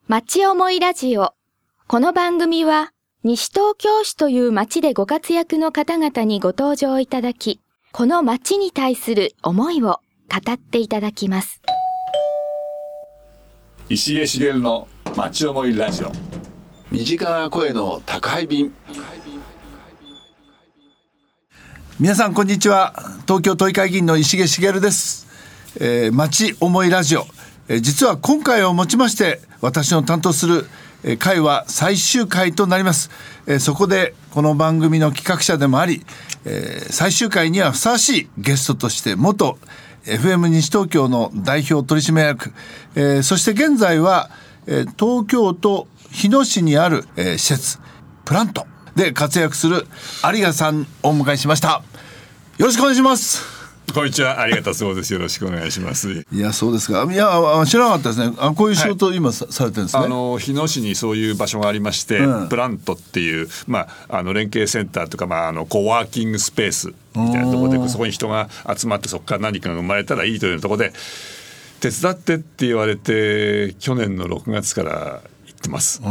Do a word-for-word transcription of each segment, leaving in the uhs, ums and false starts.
町思いラジオ。この番組は西東京市という町でご活躍の方々にご登場いただき、この町に対する思いを語っていただきます。 石毛茂の町思いラジオ。 身近な声の宅配便。 皆さんこんにちは。東京都議会議員の石毛茂です。えー、町思いラジオ、えー、実は今回をもちまして私の担当する回は最終回となります。えー、そこでこの番組の企画者でもあり、えー、最終回にはふさわしいゲストとして元 エフエム 西東京の代表取締役、えー、そして現在は、えー、東京都日野市にある、えー、施設プラントで活躍する有賀さんをお迎えしました。よろしくお願いします。 こんにちは、ありがとうそうです。よろしくお願いします。 いや、そうですか。いや、知らなかったですね。あ、こういう仕事を今 さ,、はい、されてるんですね。 あの日野市にそういう場所がありまして、うん、プラントっていう、まあ、あの連携センターとか、まあ、あのコワーキングスペースみたいなところで、そこに人が集まってそこから何かが生まれたらいいというところで手伝ってって言われて、去年のろくがつから行ってます。 うん、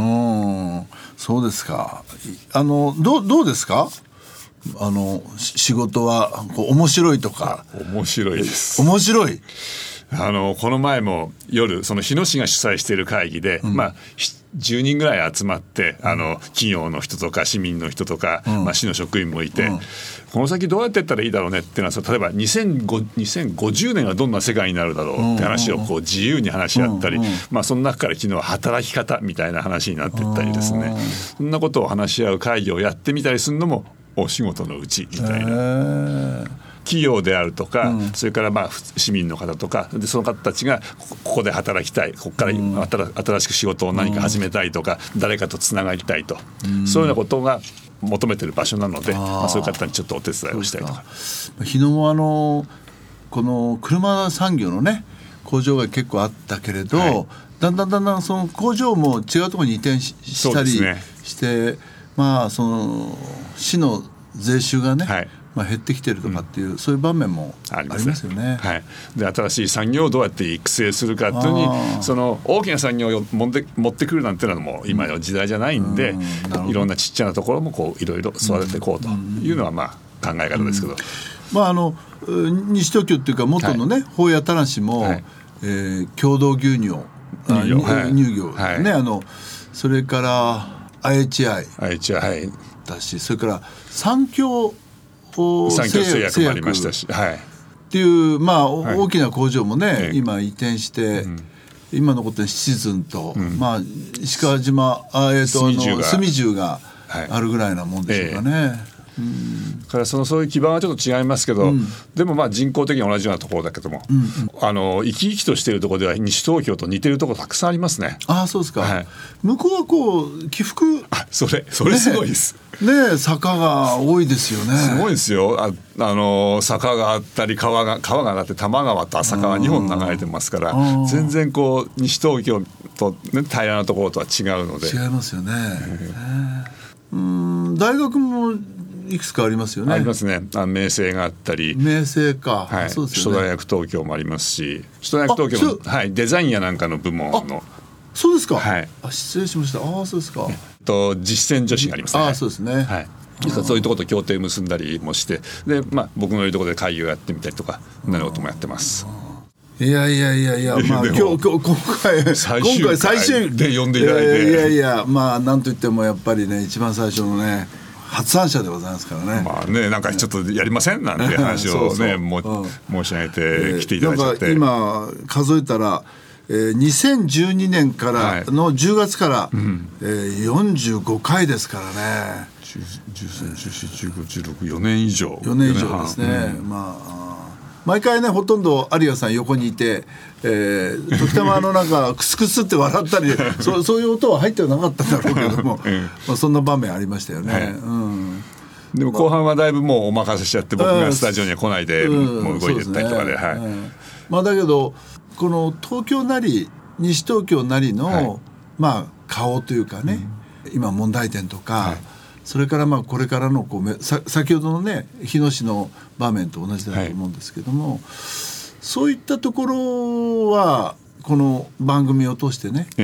そうですか。あの ど, どうですか。あの仕事はこう面白いとか。 面白いです。 面白い。 あのこの前も夜、その日野市が主催している会議で、うん、まあじゅうにんぐらい集まって、あの企業の人とか市民の人とか、うんまあ、市の職員もいて、うん、この先どうやっていったらいいだろうねっていうのは、例えばにせんごじゅうねんはどんな世界になるだろうって話をこう自由に話し合ったり、うんうんまあ、その中から昨日は働き方みたいな話になっていったりですね、そんなことを話し合う会議をやってみたりするのもお仕事のうちみたいな。企業であるとか、うん、それからまあ市民の方とかで、その方たちがここで働きたい、ここから新しく仕事を何か始めたいとか、うん、誰かとつながりたいと、うん、そういうようなことが求めてる場所なので、あ、まあ、そういう方にちょっとお手伝いをしたりとか。 日野もあのこの車産業のね工場が結構あったけれど、はい、だんだんだんだんその工場も違うところに移転 し, したりして、ね、まあその市の税収がね、はいまあ、減ってきてるとかっていう、うん、そういう場面もありますよね。 はい、で新しい産業をどうやって育成するかっていうのに、その大きな産業を持って持ってくるなんていうのはもう今の時代じゃないんで、うん、いろんなちっちゃなところもこういろいろ育てていこうというのはまあ考え方ですけど、うんまあ、あの西東京っていうか元のね宝谷田無も、はいえー、共同牛乳乳業、 はい、乳業、はいね、あのそれから アイエイチアイアイエイチアイだし、それから三共産業製薬もありましたし、はい、 っていう、まあはい、大きな工場もね、ええ、今移転して、うん、今残ってるシチズンと、うんまあ、石川島あ、えー、とあの住住があるぐらいなもんでしょうかね。はいええうん、 からそのそういう基盤はちょっと違いますけど、うん、でもまあ人工的に同じようなところだけども、うんうん、あの生き生きとしているところでは西東京と似ているところたくさんありますね。 ああそうですか、はい、向こうはこう起伏、 あそれそれすごいですね, ね坂が多いですよね。 すごいですよ。 あ, あの坂があったり川が川があって多摩川と浅川にほん流れてますから、全然こう西東京と、ね、平らなところとは違うので。 違いますよね。うーん大学もいくつかありますよね。 ありますね。あ明星があったり、 明星か、 はい、 そうですよね。 首都大学東京もありますし、首都大学東京も、はい、デザインやなんかの部門の。 そうですか、はい、あ失礼しました。あそうですか、えっと、実践女子がありますね。 あそうですね、 はい、そういうところと協定を結んだりもして、で、まあ、僕のいるところで会議をやってみたりとかそんなこともやってます。 いやいやいやいや、まあ、今日今回最終回最終で呼んでいただいて、 いやいやまあなんといってもやっぱりね一番最初のね発案者でございますからね。 まあね、なんかちょっとやりませんなんて話をねそうそう、もうん、申し上げて来ていただいちゃって、 えー、なんか今数えたら、えー、にせんじゅうにねんからのじゅうがつから、はいうんえー、よんじゅうごかいですからね。 じゅう、じゅうさん、じゅうよん、じゅうご、じゅうろく、よねん以上よねん以上ですね、うん、まあ毎回ねほとんど有賀さん横にいて、えー、時たまのなんかクスクスって笑ったりそ, そういう音は入ってなかったんだろうけども、うんまあ、そんな場面ありましたよね、はいうん、 でも後半はだいぶもうお任せしちゃって僕がスタジオには来ないで、うん、もう動いてったりとかで、はいうんまあ、だけどこの東京なり西東京なりの、はいまあ、顔というかね、うん、今問題点とか、はいそれからまあこれからのこうさ先ほどのね日野市の場面と同じだと思うんですけども、はい、そういったところはこの番組を通してね、ええ、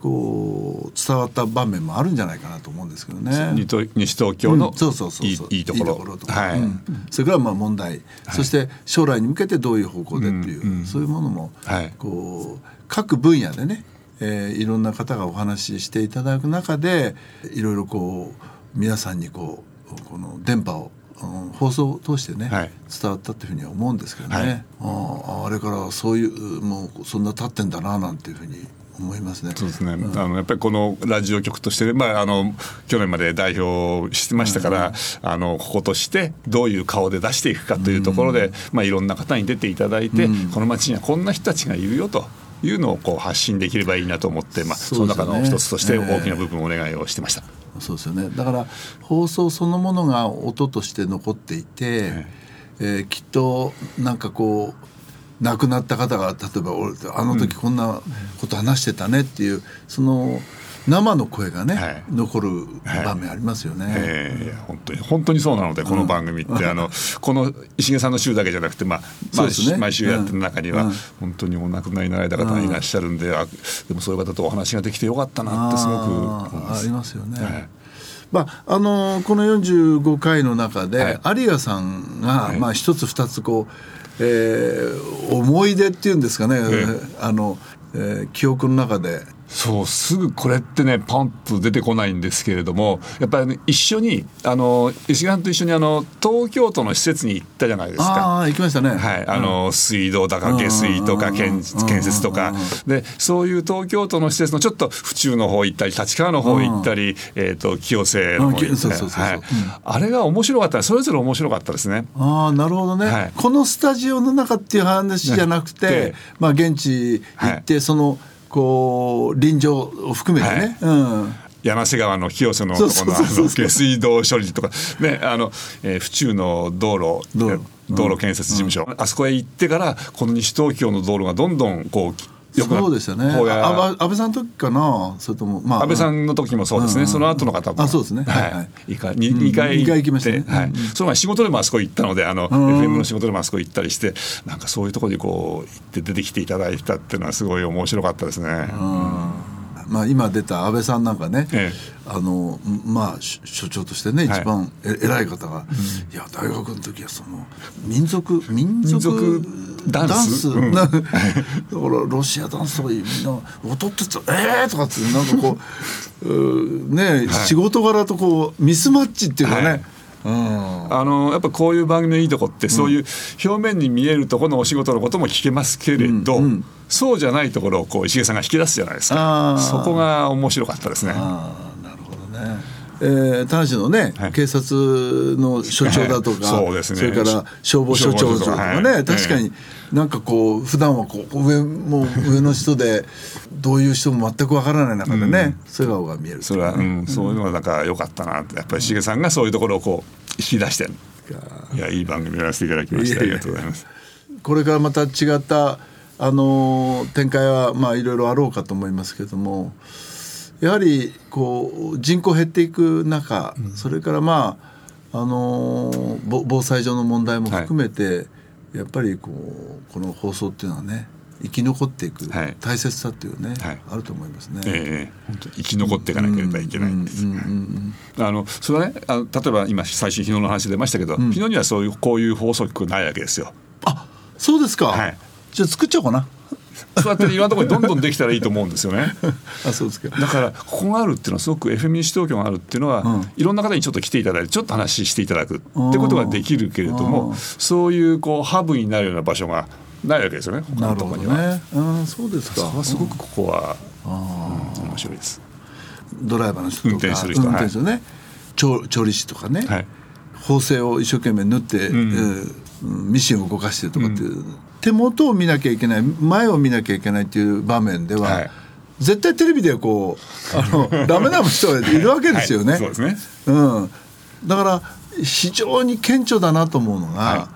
こう伝わった場面もあるんじゃないかなと思うんですけどね。 西東京のいいところとか、はい、うん、それからまあ問題、はい、そして将来に向けてどういう方向でっていう、うんうん、そういうものも、はい、こう各分野でね、えー、いろんな方がお話ししていただく中でいろいろこう皆さんにこうこの電波を放送を通してね、はい、伝わったというふうには思うんですけどね、はい、あ, あれからそういうもうそんな経ってんだななんていうふうに思いますね。 そうですね、うん、あのやっぱりこのラジオ局として、まあ、あの去年まで代表してましたから、うん、あのこことしてどういう顔で出していくかというところで、うん、まあ、いろんな方に出ていただいて、うん、この街にはこんな人たちがいるよというのをこう発信できればいいなと思って、まあ、その中の一つとして大きな部分をお願いをしてました。 えー、そうですよね。だから放送そのものが音として残っていて、えーえー、きっとなんかこう亡くなった方が例えばあの時こんなこと話してたねっていう、うん、その生の声がね、はい、残る場面ありますよね。はい、 えー、本当に本当にそうなので、この番組って、うん、あのこの石毛さんの週だけじゃなくて、まあ毎週、ね、毎週やってる中には、うん、本当にお亡くなりになられた方がいらっしゃるんで、うん、あでもそういう方とお話ができてよかったなってすごく思います。 ありますよね。はい、まああのー、このよんじゅうごかいの中で、はい、有賀さんが、はい、まあ、一つ二つこう、えー、思い出っていうんですかね、えーあのえー、記憶の中でそうすぐこれってねパンと出てこないんですけれども、やっぱり、ね、一緒にあの石毛さんと一緒にあの東京都の施設に行ったじゃないですか。 ああ行きましたね。 はい、あの、うん、水道とか下水とか建設とかで、そういう東京都の施設のちょっと府中の方行ったり立川の方行ったり、えー、と清瀬の方行ったり、あれが面白かった。それぞれ面白かったですね。 ああなるほどね、はい、このスタジオの中っていう話じゃなくて、まあ、現地行って、はい、そのこう臨場を含めてね、はい、うん、 柳瀬川の清瀬のところの下水道処理とか、ね、あの、えー、府中の道路道路、道路建設事務所、うん、あそこへ行ってからこの西東京の道路がどんどんこうよくなそうですよね。安倍さんの時かな、それとも、まあ、 安倍さんの時もそうですね、うん、その後の方もあそうですね、はいはい、 にかいにかい行きましたね、 はい、うん、その前仕事でもあそこ行ったので、あの、うん、エフエム の仕事でもあそこ行ったりして、なんかそういうところにこう行って出てきていただいたっていうのはすごい面白かったですね。うん、 まあ、今出た安倍さんなんかね、ええ、あのまあ、所長としてね、はい、一番偉い方が、うん、いや大学の時はその民族民族ダンス、うん、だからロシアダンスとかみんな踊ってたえーとかってなんかこうう、ね、はい、仕事柄とこうミスマッチっていうかね、はい、うん、 あのやっぱこういう番組のいいとこって、うん、そういう表面に見えるところのお仕事のことも聞けますけれど、うんうん、そうじゃないところをこう石毛さんが引き出すじゃないですか。そこが面白かったですね。 あなるほどね。えー、田無のね、はい、警察の所長だとか、はい、そうですね、それから消防署長とかね、はい、確かになんかこう普段はこう上も上の人でどういう人も全くわからない中でね、うん、素顔が見える、ね、 それは、うん、そういうのがなんか良かったなって。やっぱり重さんがそういうところをこう引き出して、いやいい番組をやらせていただきました。ありがとうございます。 これからまた違ったあの展開はまあいろいろあろうかと思いますけれども、やはりこう人口減っていく中、うん、それからまあ、あのー、防災上の問題も含めて、はい、やっぱりこうこの放送っていうのはね生き残っていく大切さっていうね、はい、あると思いますね。 えー、本当に生き残っていかなければいけないんです。あのそれはね、あの例えば今最初日野の話出ましたけど、うん、日野にはそういうこういう放送局ないわけですよ。 あ、そうですか、はい、じゃあ作っちゃおうかな。 そうやっていろんなところにどんどんできたらいいと思うんですよね。 あ、そうですか。 だからここがあるっていうのはすごく エフエム 西東京があるっていうのは、うん、いろんな方にちょっと来ていただいてちょっと話していただくってことができるけれども、そういうこうハブになるような場所がないわけですよね、他のところには。 なるほどね。あ、そうですか。 そこはすごくここは、うん、面白いです。 ドライバーの人とか運転する人、 運転するね、はい、調, 調理師とかね、はい、縫製を一生懸命縫って、うんえー、ミシンを動かしてとかっていう、うん、手元を見なきゃいけない、前を見なきゃいけないっていう場面では、はい、絶対テレビでこうあのダメな人がいるわけですよね。はい、そうですね、うん、だから非常に顕著だなと思うのが、はい、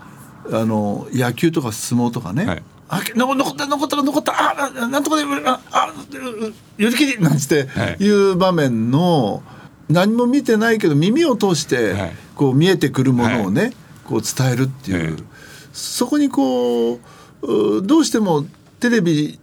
あの野球とか相撲とかね、はい、あ残った残った残ったあなんとかでああ寄り切りなんていう場面の、何も見てないけど耳を通してこう見えてくるものをね、はい、こう伝えるっていう、はい、そこにこうどうしてもテレビ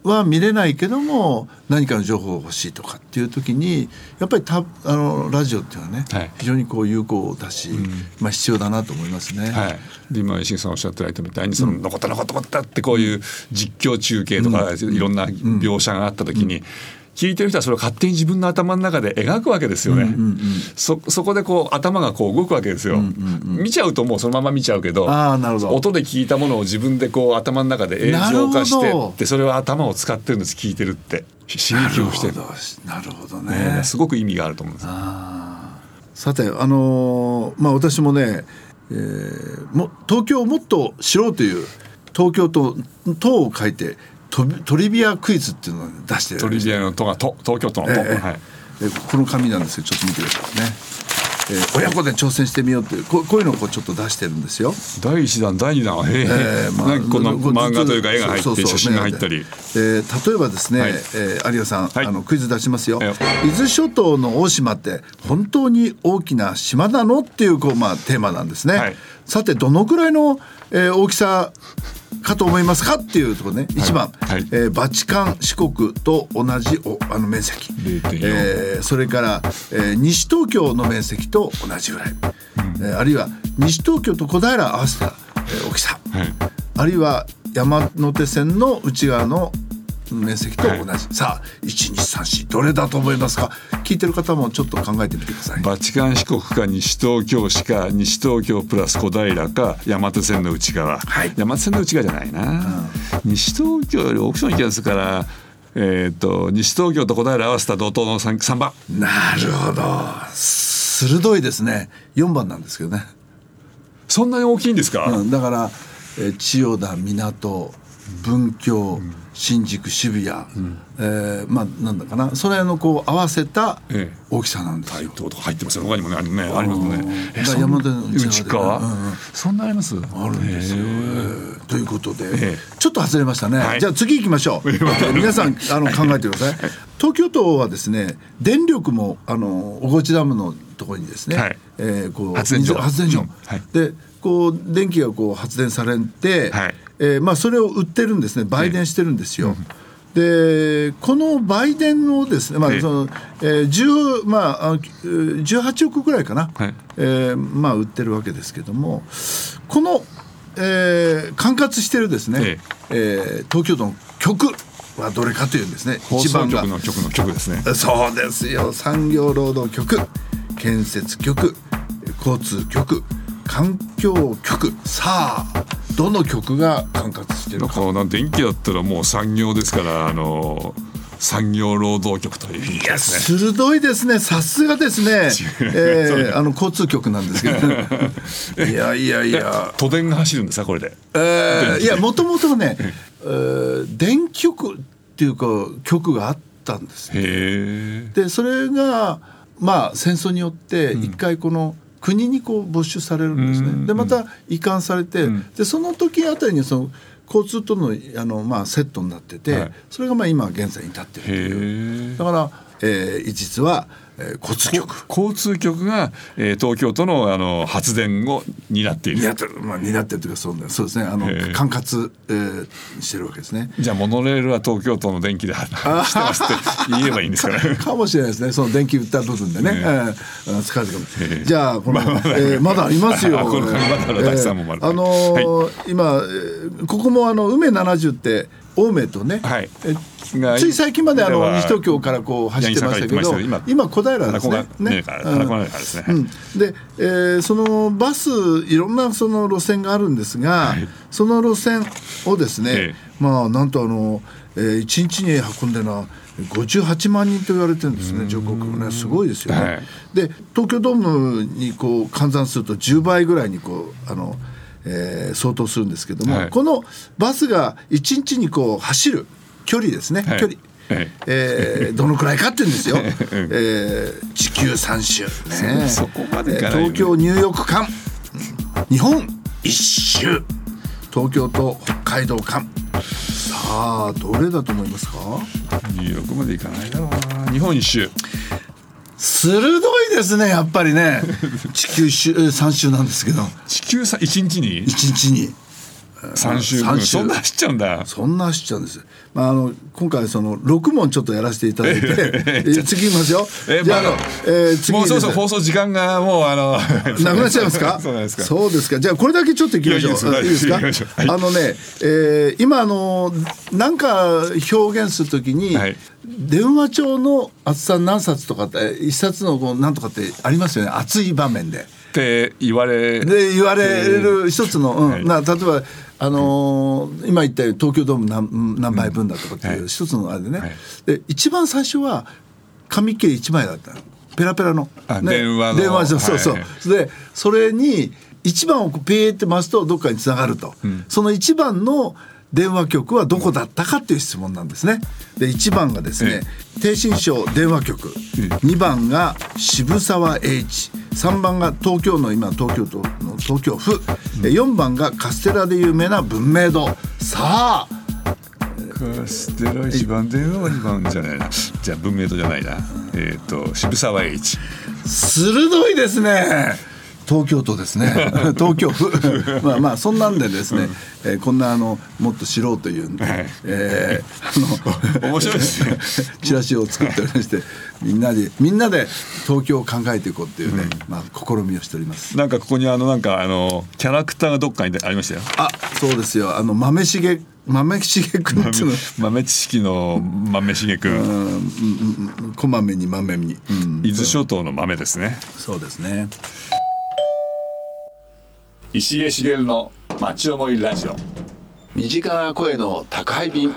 は見れないけども何かの情報が欲しいとかっていう時にやっぱりたあのラジオっていうのはね、はい、非常にこう有効だし、うんまあ、必要だなと思いますね。 はい、で今石毛さんおっしゃってられたみたいにその残った残った残ったってこういう実況中継とか、うん、いろんな描写があった時に、うん聞いてる人はそれを勝手に自分の頭の中で描くわけですよね、うんうんうん、そ, そこでこう頭がこう動くわけですよ、うんうんうん、見ちゃうともうそのまま見ちゃうけど、 あーなるほど音で聞いたものを自分でこう頭の中で映像化してでそれを頭を使ってるんです。聞いてるって刺激をしてる。 なるほどね、 ねすごく意味があると思うんです。 あさてあのー、まあ私もね、えー、も東京をもっと知ろうという東京と都を書いてト, トリビアクイズっていうのを出してるトリビアの都が都東京都の都、えーはい、 えこの紙なんですけどちょっと見てくださいね、えー、親子で挑戦してみようっていうこうこういうのをこうちょっto出してるんですよ。 だいいちだんだいにだんへえ、えーまあ、なんかこの漫画というか絵が入ってそうそうそう写真が入ったり、 えー、例えばですね、はいえー、有賀さん、はい、あのクイズ出しますよ、はい、伊豆諸島の大島って本当に大きな島なのっていう、こう、まあ、テーマなんですね、はい、さてどのくらいの、えー、大きさかと思いますかっていうところね。いちばん、はいはいえー、バチカン四国と同じおあの面積、えー、それから、えー、西東京の面積と同じぐらい、うんえー、あるいは西東京と小平合わせた、えー、大きさ、はい、あるいは山手線の内側の面積と同じ、はい、さあいちにさんしどれだと思いますか。聞いてる方もちょっと考えてみてください。 バチカン四国か西東京市か西東京プラス小平か山手線の内側、はい、山手線の内側じゃないな、うん、西東京より大きそうな気がするから、えー、と西東京と小平合わせた同等の 3, さんばん。 なるほど鋭いですね。よんばんなんですけどね。 そんなに大きいんですか、 うん、だから、えー、千代田港文京、うん新宿渋谷、うんえー、まあなんだかなそれのこう合わせた大きさなんですよ。 台東とか入ってますよ。他にもねありねありますね。 え山手の内側、うんうん、そんなあります？ あるんですよ。えー、ということで、えー、ちょっと外れましたね。はい、じゃあ次行きましょう。皆さんあの考えてください。東京都はですね電力もあの小河内ダムのところにですね、はいえー、こう発電所発電所、うんはい、でこう電気がこう発電されて、はいえーまあ、それを売ってるんですね。売電してるんですよ、えー、でこの売電をですね、まあそのえー10まあ、じゅうはちおくぐらいかな、はいえーまあ、売ってるわけですけどもこの、えー、管轄してるですね、ええー、東京都の局はどれかというんですね。 放送局の局の局ですね。 そうですよ。産業労働局建設局交通局環境局さあどの局が管轄しているか。 電気だったらもう産業ですからあの産業労働局という意味ですね。いや鋭いですね。さすがですね、えー、あの交通局なんですけどいやいやいや都電が走るんですかこれで、 えー、いやもともとね、えー、電気局っていうか局があったんです、ね、へでそれがまあ戦争によって一回この、うん国にこう没収されるんですね。でまた移管されて、うん、でその時あたりにその交通との、あの、まあ、セットになってて、はい、それがまあ今現在に至っているという。だから、えー、実は、えー、交通局交通局が、えー、東京都の、あの発電を担っている担ってる、まあ、担ってるというかそうですねあの管轄、えー、してるわけですね。 じゃあモノレールは東京都の電気で走ってますって言えばいいんですかねか, かもしれないですね。その電気売った部分でね、えーえー、使うかもしれない。じゃあこの、まあえー、まだありますよこのまだ第三問もある、えーあのーはい、今ここもあの梅ななじゅうって青梅とね、はい、えつい最近まであの西東京からこう走ってましたけど今, 今小平ですね。ねうん、で、えー、そのバスいろんなその路線があるんですが、はい、その路線をですね、えー、まあなんとあの、えー、いちにちに運んでるのはごじゅうはちまんにんと言われてるんですね。上国ねすごいですよね、はい、で東京ドームにこう換算するとじゅうばいぐらいにこうあのえー、相当するんですけども、はい、このバスがいちにちにこう走る距離ですね、はい、距離、はいえー、どのくらいかって言うんですよ、えー、地球さん周、ね、 そ, そこまでいかない、 東京ニューヨーク間日本一周東京と北海道間さあどれだと思いますか。 ニューヨークまでいかないだろうな。日本一周鋭いですねやっぱりね地球さん周なんですけど地球さんいちにちにいちにちにさん週分そんな走っちゃうんだ。 そんな走っちゃうんです、まあ、あの今回そのろく問ちょっとやらせていただいて次いきますよ。 えじゃあ、まあ、あの、えー、次もうそろそろ放送時間がもうあのなくなっちゃいますかそうなんですか。 そうですか。じゃあこれだけちょっといきましょう。いいですか。あのね、えー、今あのなんか表現するときに、はい、電話帳の厚さ何冊とかって一冊のこうなんとかってありますよね、熱い場面でって言われで言われる一つの、うんはい、な例えばあのー、今言ったように東京ドーム 何, 何杯分だとかっていう一つのあれでね、はい、で一番最初は紙切れいちまいだったの、ペラペラの、ね、 電話の電話そうそう、はい、でそれにいちばんをピーって回すとどっかにつながると、うん、そのいちばんの電話局はどこだったかっていう質問なんですね。でいちばんがですね、逓信省電話局、にばんが渋沢栄一、さんばんが東京の今東京都の東京府、うん、よんばんがカステラで有名な文明堂。さあカステラいちばん、電話はにばんじゃないな、じゃあ文明堂じゃないな、えっと渋沢栄一。 鋭いですね。東京都ですね東京府まあまあそんなんでですね、うんえー、こんなあのもっと知ろうというんで、はいえー、あの面白いですねチラシを作っておりましてみんなでみんなで東京を考えていこうっていうね、うんまあ、試みをしております。 なんかここにあのなんかあのキャラクターがどっかにありましたよ。 あ、そうですよ。あの豆重豆重くんっていうの豆知識の豆重くん、うん、 こまめに豆に、 うん、伊豆諸島の豆ですね。 そうですね。 石毛茂の町思いラジオ。 身近な声の宅配便。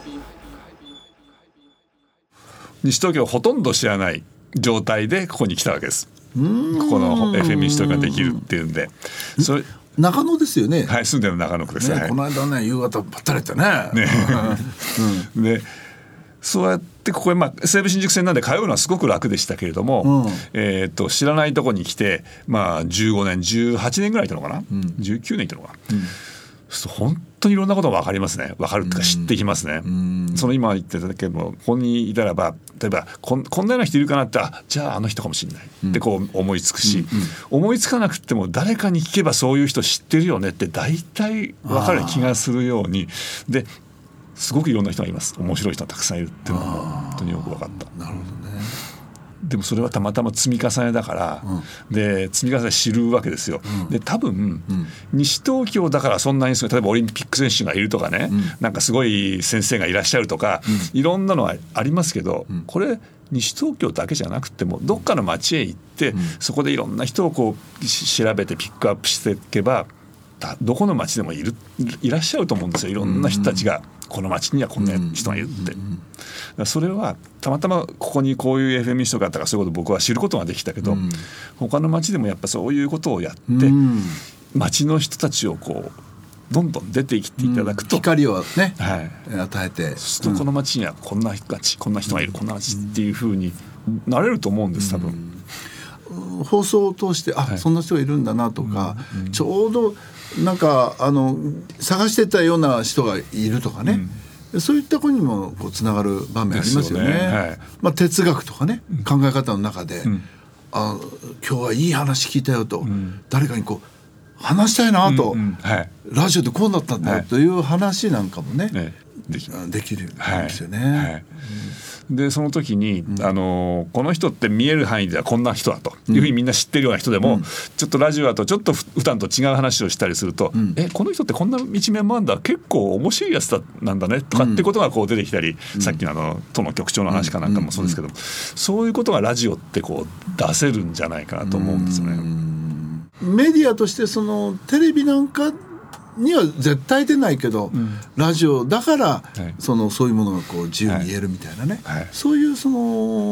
西東京ほとんど知らない状態でここに来たわけです。ここの エフエム 西東京ができるっていうんで、それ中野ですよね。 はい、住んでる中野区です、 ねはい、 この間ね夕方ばったりってねね、 うん、でそうやってここへ、まあ、西武新宿線なんで通うのはすごく楽でしたけれども、うんえー、と知らないとこに来て、まあ、じゅうごねんじゅうはちねんぐらいいたのかな、うん、じゅうきゅうねんいたのかな、うん本当にいろんなことが分かりますね。分かるっていうか知ってきますね、うん、その今言ってたけどもここにいたらば例えばこ ん, こんなような人いるかなってあじゃああの人かもしれないってこう思いつくし、うんうんうん、思いつかなくても誰かに聞けばそういう人知ってるよねって大体分かる気がするようにですごくいろんな人がいます。面白い人がたくさんいるっていうのも本当によく分かった。 なるほどね。 でもそれはたまたま積み重ねだから、うん、で積み重ね知るわけですよ、うん、で多分、うん、西東京だからそんなに例えばオリンピック選手がいるとかね、うん、なんかすごい先生がいらっしゃるとか、うん、いろんなのはありますけど、うん、これ西東京だけじゃなくてもどっかの町へ行って、うん、そこでいろんな人をこう調べてピックアップしていけばどこの町でもいるいらっしゃると思うんですよ。いろんな人たちがこの町にはこんな人がいるって、うんうんうん、だからそれはたまたまここにこういう エフエム 人があったからそういうことを僕は知ることができたけど、うん、他の町でもやっぱそういうことをやって、うん、町の人たちをこうどんどん出てきていただくと、 うん、光をね、 はい、 与えてそうするとこの町にはこんな人たち、うん、こんな人がいるこんな町っていう風になれると思うんです多分、 うん、放送を通してあ、はい、そんな人がいるんだなとか、うんうん、ちょうどなんかあの探してたような人がいるとかね、うん、そういった子にもこうつながる場面ありますよね。 ですよね、はい、 まあ、哲学とかね、うん、考え方の中で、うん、あ今日はいい話聞いたよと、うん、誰かにこう話したいなと、うんうんはい、ラジオでこうなったんだよという話なんかもね、はい、でき、できるんですよね、はいはい。 でその時に、うん、あのこの人って見える範囲ではこんな人だというふうにみんな知ってるような人でも、うん、ちょっとラジオだとちょっと普段と違う話をしたりすると、うん、えこの人ってこんな一面もあるんだ結構面白いやつだなんだねとかってことがこう出てきたり、うん、さっきのあの都の局長の話かなんかもそうですけど、うんうんうん、そういうことがラジオってこう出せるんじゃないかなと思うんですよね。 メディアとしてそのテレビなんかには絶対出ないけど、うん、ラジオだから、はい、そのそういうものがこう自由に言えるみたいなね、はいはい、そういうその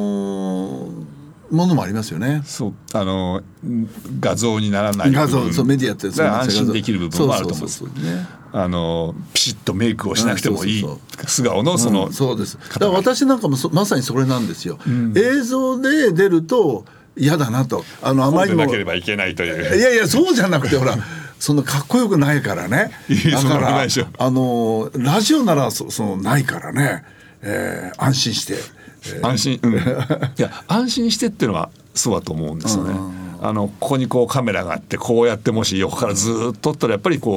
ものもありますよね。 そうあの画像にならない部分画像そうメディアってそう安心できる部分もあると思うんです。あのピシッとメイクをしなくてもいい素顔のその、 うん、そうです。だから私なんかもまさにそれなんですよ、うん、映像で出ると嫌だなとあのあまりにもこうでなければいけないといういやいやそうじゃなくてほらそのかっこよくないからね。だからあのラジオなら そ, そのないからね、えー、安心して、 えー、安心、うん、いや安心してっていうのはそうだと思うんですよね。あのここにこうカメラがあってこうやってもし横からずっと撮ったらやっぱりこう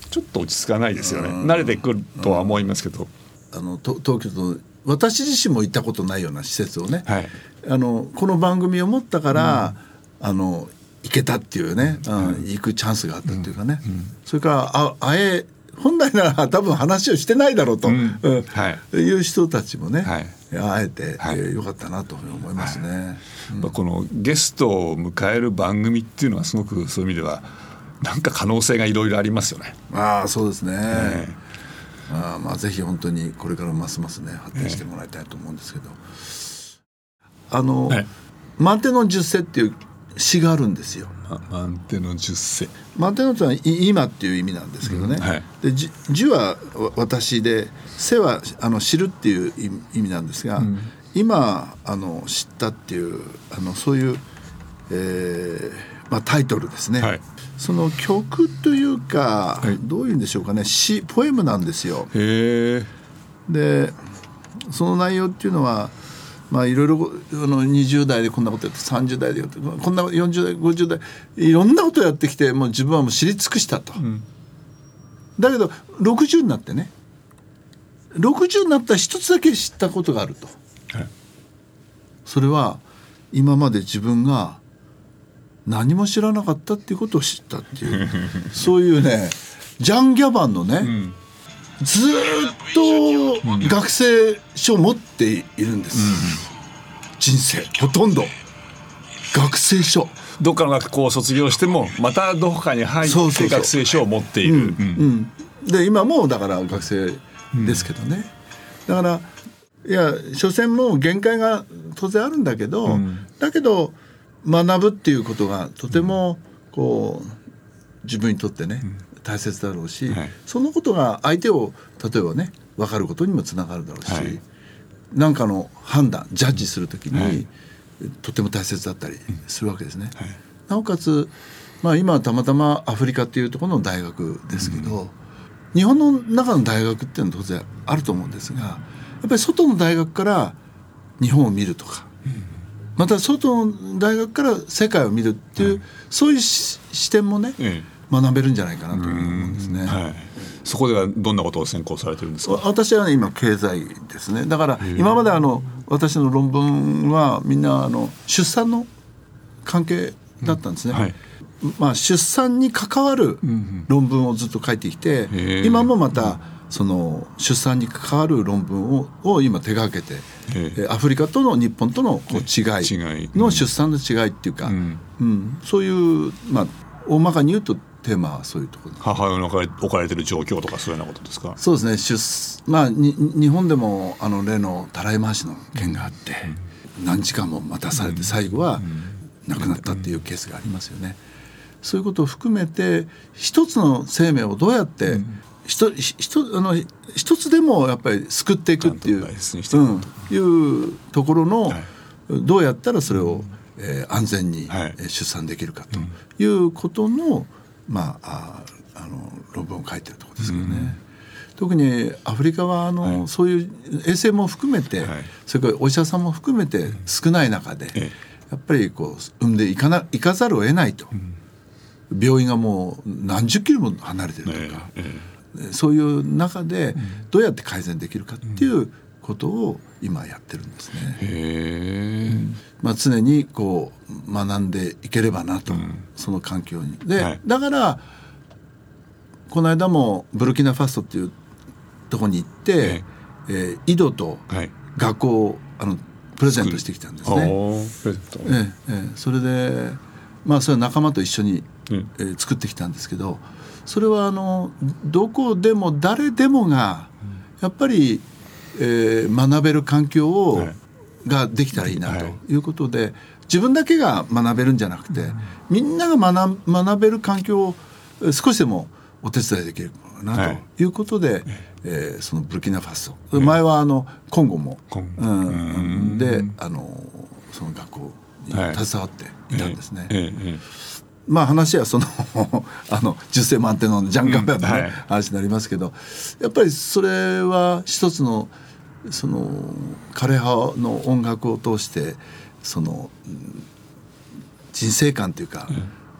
ちょっと落ち着かないですよね。慣れてくるとは思いますけど、 あのと東京都、私自身も行ったことないような施設をね、 はい、 あのこの番組を持ったから、うん、あの行けたっていうね、うん、行くチャンスがあったっていうかね、うんうん、それからああえ本来なら多分話をしてないだろうと、うんうんはい、いう人たちもね、はい、会えて、はいえー、よかったなと思いますね、はいうん、このゲストを迎える番組っていうのはすごくそういう意味ではなんか可能性がいろいろありますよね。 ああそうですね、えーあまあ、ぜひ本当にこれからますますね発展してもらいたいと思うんですけど、えー、あの、はい、満天の十世っていう詩があるんですよ。 満天の十世、 満天のというのは今っていう意味なんですけどね、うんはい、で十は私で世はあの知るっていう意味なんですが、うん、今あの知ったっていうあのそういう、えーまあ、タイトルですね、はい、その曲というか、はい、どういうんでしょうかね、詩ポエムなんですよ。 へでその内容っていうのはまあいろいろあのにじゅう代でこんなことやってさんじゅう代でやってこんなよんじゅう代ごじゅう代いろんなことをやってきてもう自分はもう知り尽くしたと、うん、だけどろくじゅうになってねろくじゅうになったら一つだけ知ったことがあると、はい、それは今まで自分が何も知らなかったっていうことを知ったっていうそういうねジャン・ギャバンのね、うんずっと学生証を持っているんです、うん、人生ほとんど学生証どっかの学校を卒業してもまたどこかに入って学生証を持っている、うんうんうん、で今もだから学生ですけどね、うん、だからいや所詮もう限界が当然あるんだけど、うん、だけど学ぶっていうことがとてもこう自分にとってね、うん大切だろうし、はい、そのことが相手を例えばね分かることにもつながるだろうし、はい、何かの判断ジャッジするときに、はい、とても大切だったりするわけですね、はい、なおかつ、まあ、今はたまたまアフリカっていうところの大学ですけど、うん、日本の中の大学っていうのは当然あると思うんですがやっぱり外の大学から日本を見るとか、うん、また外の大学から世界を見るっていう、うん、そういう視点もね、うん学べるんじゃないかなと思うんですね、はい、 そこではどんなことを専攻されてるんですか。 私は、ね、今経済ですね。だから今まであの私の論文はみんなあの出産の関係だったんですね、うんはいまあ、出産に関わる論文をずっと書いてきて、うん、今もまたその出産に関わる論文 を, を今手がけてアフリカとの日本とのこう違いの出産の違いっていうか、うんうん、そういう、まあ、大まかに言うとテーマはそういうところで母親の置かれている状況とかそういうようなことですか。 そうですね出、まあ、に日本でもあの例のたらい回しの件があって、うん、何時間も待たされて最後は亡くなったっていうケースがありますよね、うん、そういうことを含めて一つの生命をどうやって、うん、ひとひとあの一つでもやっぱり救っていくっていう、うん、いうところの、はい、どうやったらそれを、えー、安全に出産できるかということの、まあ、あ, あの論文を書いてるところですけどね、うん、特にアフリカはあの、はい、そういう衛生も含めて、はい、それからお医者さんも含めて少ない中で、うん、やっぱりこう産んでいかな、いかざるを得ないと、うん、病院がもう何十キロも離れてるとか、えー、そういう中でどうやって改善できるかっていうことを今やってるんですね、 へうんまあ、常にこう学んでいければなと、うん、その環境にで、はい、だからこの間もブルキナファソっていうところに行って、はいえー、井戸と学校をあのプレゼントしてきたんですね、 プレゼント、 えーえー、それでまあそれは仲間と一緒に、うんえー、作ってきたんですけどそれはあのどこでも誰でもがやっぱりえー、学べる環境を、はい、ができたらいいなということで、はい、自分だけが学べるんじゃなくて、うん、みんなが 学, 学べる環境を少しでもお手伝いできるなということで、はいえー、そのブルキナファソ、はい、前はあのコンゴも、うんうん、であのその学校に携わっていたんですね、はいえーえーまあ、話はそのあのじゅっせい満点のジャン・ガンバーの、ねうんはい、話になりますけどやっぱりそれは一つのその枯葉の音楽を通してその人生観というか、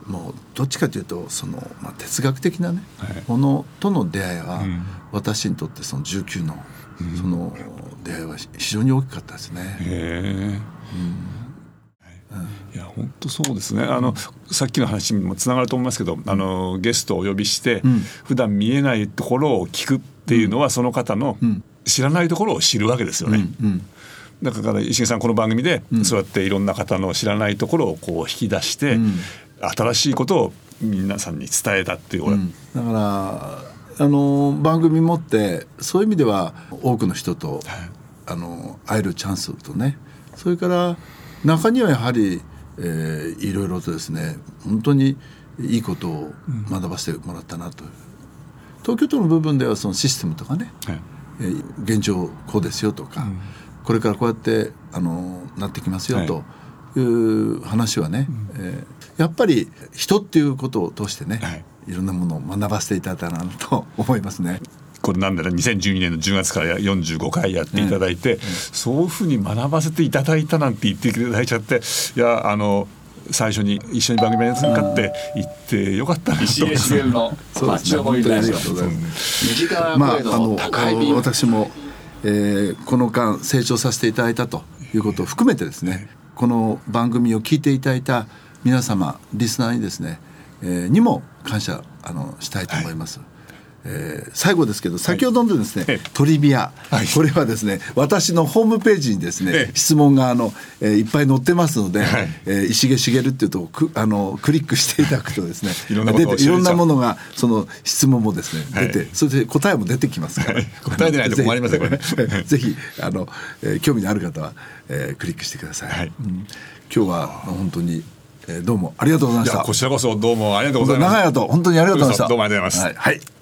もうどっちかというとその、まあ、哲学的なね、 はい、 ものとの出会いは、 うん、 私にとってそのじゅうきゅうの、 うん、 その出会いは非常に大きかったですね。 へー、うんいや本当そうですね。あのさっきの話にもつながると思いますけど、あのゲストをお呼びして、うん、普段見えないところを聞くっていうのは、うん、その方の知らないところを知るわけですよね、うんうん、だから石毛さんこの番組で、うん、そうやっていろんな方の知らないところをこう引き出して、うん、新しいことを皆さんに伝えたっていう、うん、 だからあの番組持ってそういう意味では多くの人と、はい、あの会えるチャンスとね、それから中にはやはり、えー、いろいろとですね本当にいいことを学ばせてもらったなと、うん、東京都の部分ではそのシステムとかね、はいえー、現状こうですよとか、うん、これからこうやってあのなってきますよという話はね、はいえー、やっぱり人っていうことを通してね、はい、いろんなものを学ばせていただいたなと思いますね。 これなんだろうにせんじゅうにねんのじゅうがつからよんじゅうごかいやっていただいて、うんうん、そういうふうに学ばせていただいたなんて言っていただいちゃって、いやあの最初に一緒に番組やりませんかって言ってよかったなと。 石毛茂の町思いラジオ、身近な声の高い便、 まあ、私も、えー、この間成長させていただいたということを含めてですね、この番組を聞いていただいた皆様リスナーにですね、えー、にも感謝あのしたいと思います、はいえー、最後ですけど先ほどのですね、はい、トリビア、はい、これはですね私のホームページにですね、はい、質問があの、えー、いっぱい載ってますので、はいえー、石毛茂っていうとくあのクリックしていただくとですねいろんなこと出ていろんなものがその質問もですね出て、 はい、 それで答えも出てきますから、はい、 答えでないと困りませんこれぜひあの、えー、興味のある方は、えー、クリックしてください、はいうん、今日は本当にえー、どうもありがとうございました。 こちらこそどうもありがとうございます。 長い間本当にありがとうございました。 どうもありがとうございます。 はい、はい